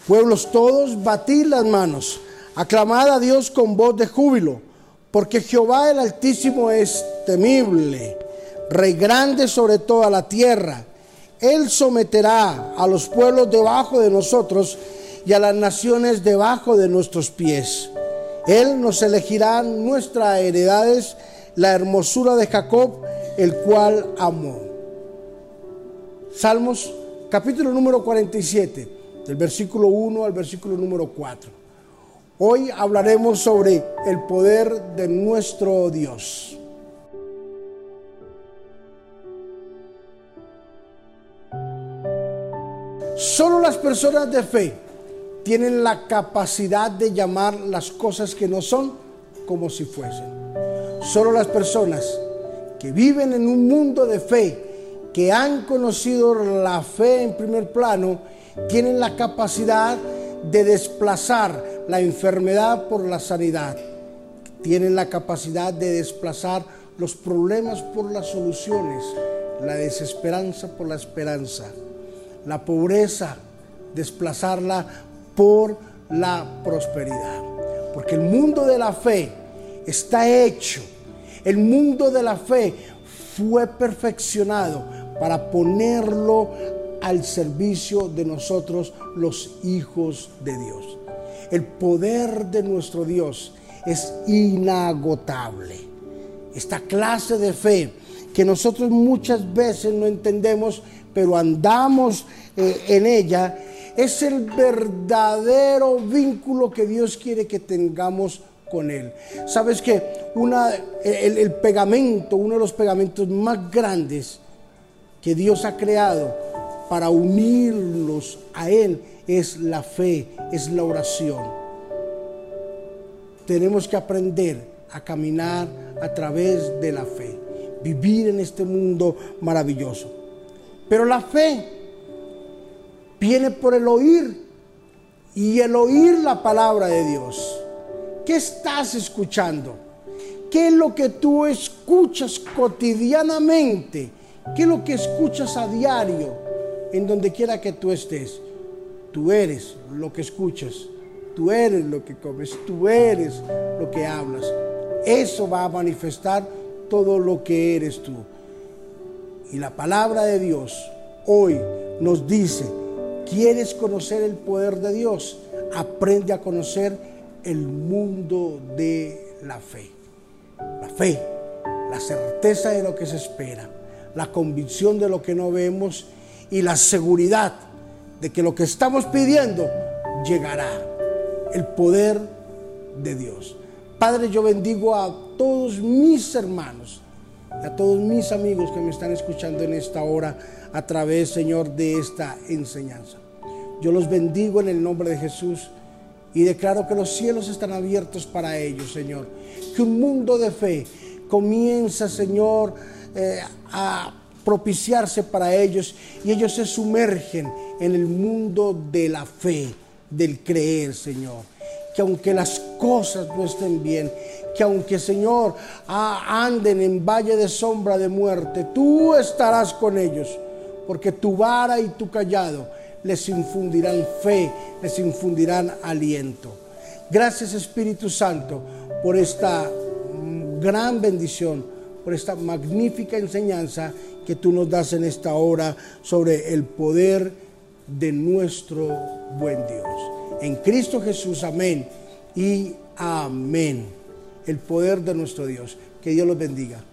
Pueblos todos, batid las manos, aclamad a Dios con voz de júbilo, porque Jehová el Altísimo es temible, Rey grande sobre toda la tierra. Él someterá a los pueblos debajo de nosotros y a las naciones debajo de nuestros pies. Él nos elegirá nuestras heredades, la hermosura de Jacob, el cual amó. Salmos capítulo número 47. Del versículo 1 al versículo número 4. Hoy hablaremos sobre el poder de nuestro Dios. Solo las personas de fe tienen la capacidad de llamar las cosas que no son como si fuesen. Solo las personas que viven en un mundo de fe, que han conocido la fe en primer plano, tienen la capacidad de desplazar la enfermedad por la sanidad. Tienen la capacidad de desplazar los problemas por las soluciones, la desesperanza por la esperanza, la pobreza, desplazarla por la prosperidad. Porque el mundo de la fe está hecho, el mundo de la fe fue perfeccionado para ponerlo al servicio de nosotros, los hijos de Dios. El poder de nuestro Dios es inagotable. Esta clase de fe que nosotros muchas veces no entendemos, pero andamos en ella, es el verdadero vínculo que Dios quiere que tengamos con Él. Sabes que el pegamento, uno de los pegamentos más grandes que Dios ha creado para unirlos a Él es la fe, es la oración. Tenemos que aprender a caminar a través de la fe, vivir en este mundo maravilloso. Pero la fe viene por el oír, y el oír la palabra de Dios. ¿Qué estás escuchando? ¿Qué es lo que tú escuchas cotidianamente? ¿Qué es lo que escuchas a diario? En donde quiera que tú estés, tú eres lo que escuchas, tú eres lo que comes, tú eres lo que hablas. Eso va a manifestar todo lo que eres tú. Y la palabra de Dios hoy nos dice: ¿quieres conocer el poder de Dios? Aprende a conocer el mundo de la fe. La fe, la certeza de lo que se espera, la convicción de lo que no vemos y la seguridad de que lo que estamos pidiendo llegará. El poder de Dios. Padre, yo bendigo a todos mis hermanos y a todos mis amigos que me están escuchando en esta hora a través, Señor, de esta enseñanza. Yo los bendigo en el nombre de Jesús y declaro que los cielos están abiertos para ellos, Señor. Que un mundo de fe comienza, Señor, a propiciarse para ellos, y ellos se sumergen en el mundo de la fe, del creer, Señor. Que aunque las cosas no estén bien, que aunque, Señor, anden en valle de sombra de muerte, tú estarás con ellos, porque tu vara y tu cayado les infundirán fe, les infundirán aliento. Gracias, Espíritu Santo, por esta gran bendición, por esta magnífica enseñanza que tú nos das en esta hora sobre el poder de nuestro buen Dios. En Cristo Jesús, amén y amén. El poder de nuestro Dios. Que Dios los bendiga.